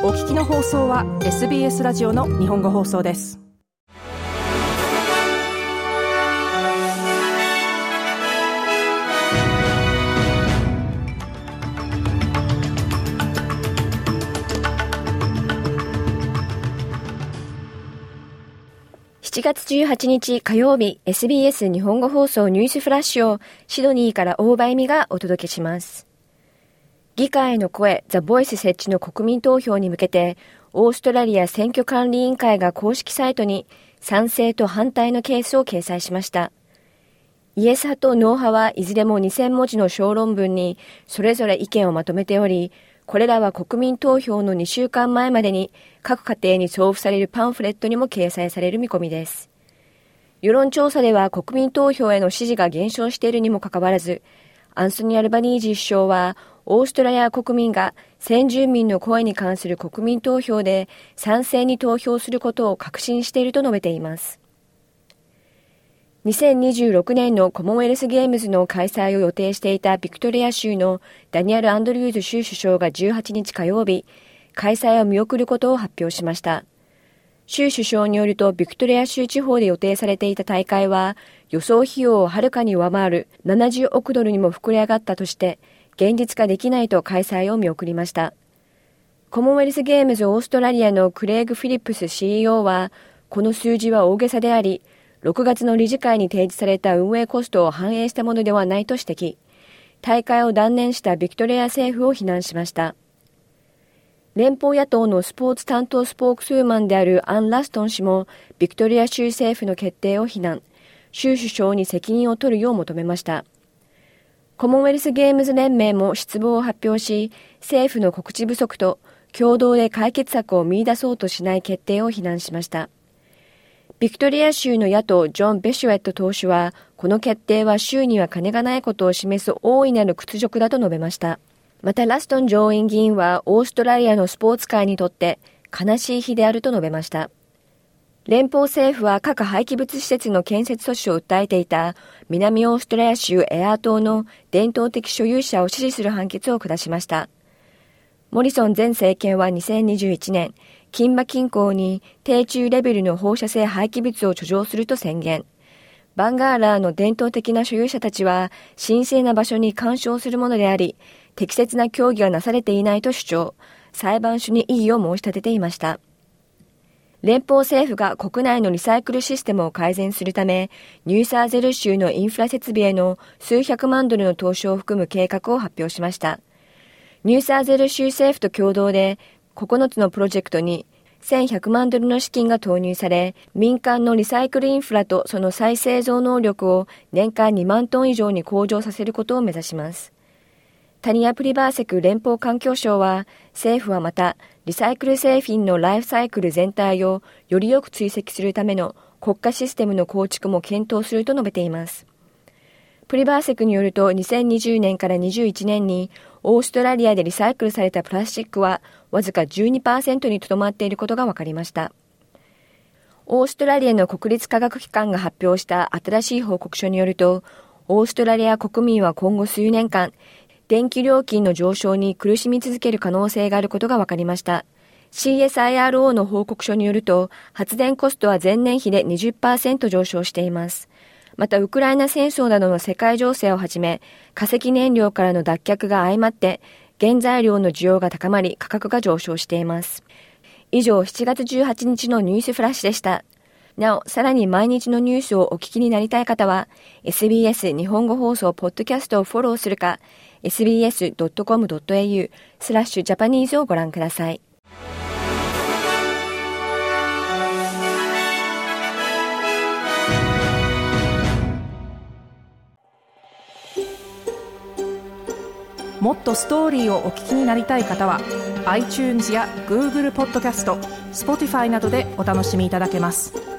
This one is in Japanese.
お聞きの放送は SBS ラジオの日本語放送です。 7月18日火曜日、 SBS 日本語放送ニュースフラッシュをシドニーから大場恵美がお届けします。議会の声ザ・ボイス設置の国民投票に向けて、オーストラリア選挙管理委員会が公式サイトに賛成と反対のケースを掲載しました。イエス派とノー派はいずれも2000文字の小論文にそれぞれ意見をまとめており、これらは国民投票の2週間前までに各家庭に送付されるパンフレットにも掲載される見込みです。世論調査では国民投票への支持が減少しているにもかかわらず、アンソニー・アルバニージー首相はオーストラリア国民が先住民の声に関する国民投票で賛成に投票することを確信していると述べています。2026年のコモンウェルスゲームズの開催を予定していたビクトリア州のダニエル・アンドリューズ州首相が18日火曜日、開催を見送ることを発表しました。州首相によると、ビクトリア州地方で予定されていた大会は予想費用をはるかに上回る70億ドルにも膨れ上がったとして、現実化できないと開催を見送りました。コモンウェルスゲームズオーストラリアのクレイグ・フィリップス CEO は、この数字は大げさであり、6月の理事会に提示された運営コストを反映したものではないと指摘。大会を断念したビクトリア政府を非難しました。連邦野党のスポーツ担当スポークスーマンであるアン・ラストン氏もビクトリア州政府の決定を非難、州首相に責任を取るよう求めました。コモンウェルスゲームズ連盟も失望を発表し、政府の告知不足と共同で解決策を見出そうとしない決定を非難しました。ビクトリア州の野党ジョン・ベシュエット党首は、この決定は州には金がないことを示す大いなる屈辱だと述べました。またラストン上院議員はオーストラリアのスポーツ界にとって悲しい日であると述べました。連邦政府は核廃棄物施設の建設阻止を訴えていた南オーストラリア州エアー島の伝統的所有者を支持する判決を下しました。モリソン前政権は2021年、キンバ近郊に低中レベルの放射性廃棄物を貯蔵すると宣言。バンガーラーの伝統的な所有者たちは神聖な場所に干渉するものであり、適切な協議がなされていないと主張、裁判所に異議を申し立てていました。連邦政府が国内のリサイクルシステムを改善するため、ニューサーゼル州のインフラ設備への数百万ドルの投資を含む計画を発表しました。ニューサーゼル州政府と共同で9つのプロジェクトに1100万ドルの資金が投入され、民間のリサイクルインフラとその再製造能力を年間2万トン以上に向上させることを目指します。タニア・プリバーセク連邦環境省は、政府はまたリサイクル製品のライフサイクル全体をよりよく追跡するための国家システムの構築も検討すると述べています。プリバーセクによると、2020年から21年にオーストラリアでリサイクルされたプラスチックはわずか 12% にとどまっていることが分かりました。オーストラリアの国立科学機関が発表した新しい報告書によると、オーストラリア国民は今後数年間、電気料金の上昇に苦しみ続ける可能性があることが分かりました。CSIRO の報告書によると、発電コストは前年比で 20% 上昇しています。またウクライナ戦争などの世界情勢をはじめ、化石燃料からの脱却が相まって原材料の需要が高まり、価格が上昇しています。以上、7月18日のニュースフラッシュでした。なお、さらに毎日のニュースをお聞きになりたい方は SBS 日本語放送ポッドキャストをフォローするか sbs.com.au/Japanese をご覧ください。 もっとストーリーをお聞きになりたい方は iTunes や Google ポッドキャスト、Spotify などでお楽しみいただけます。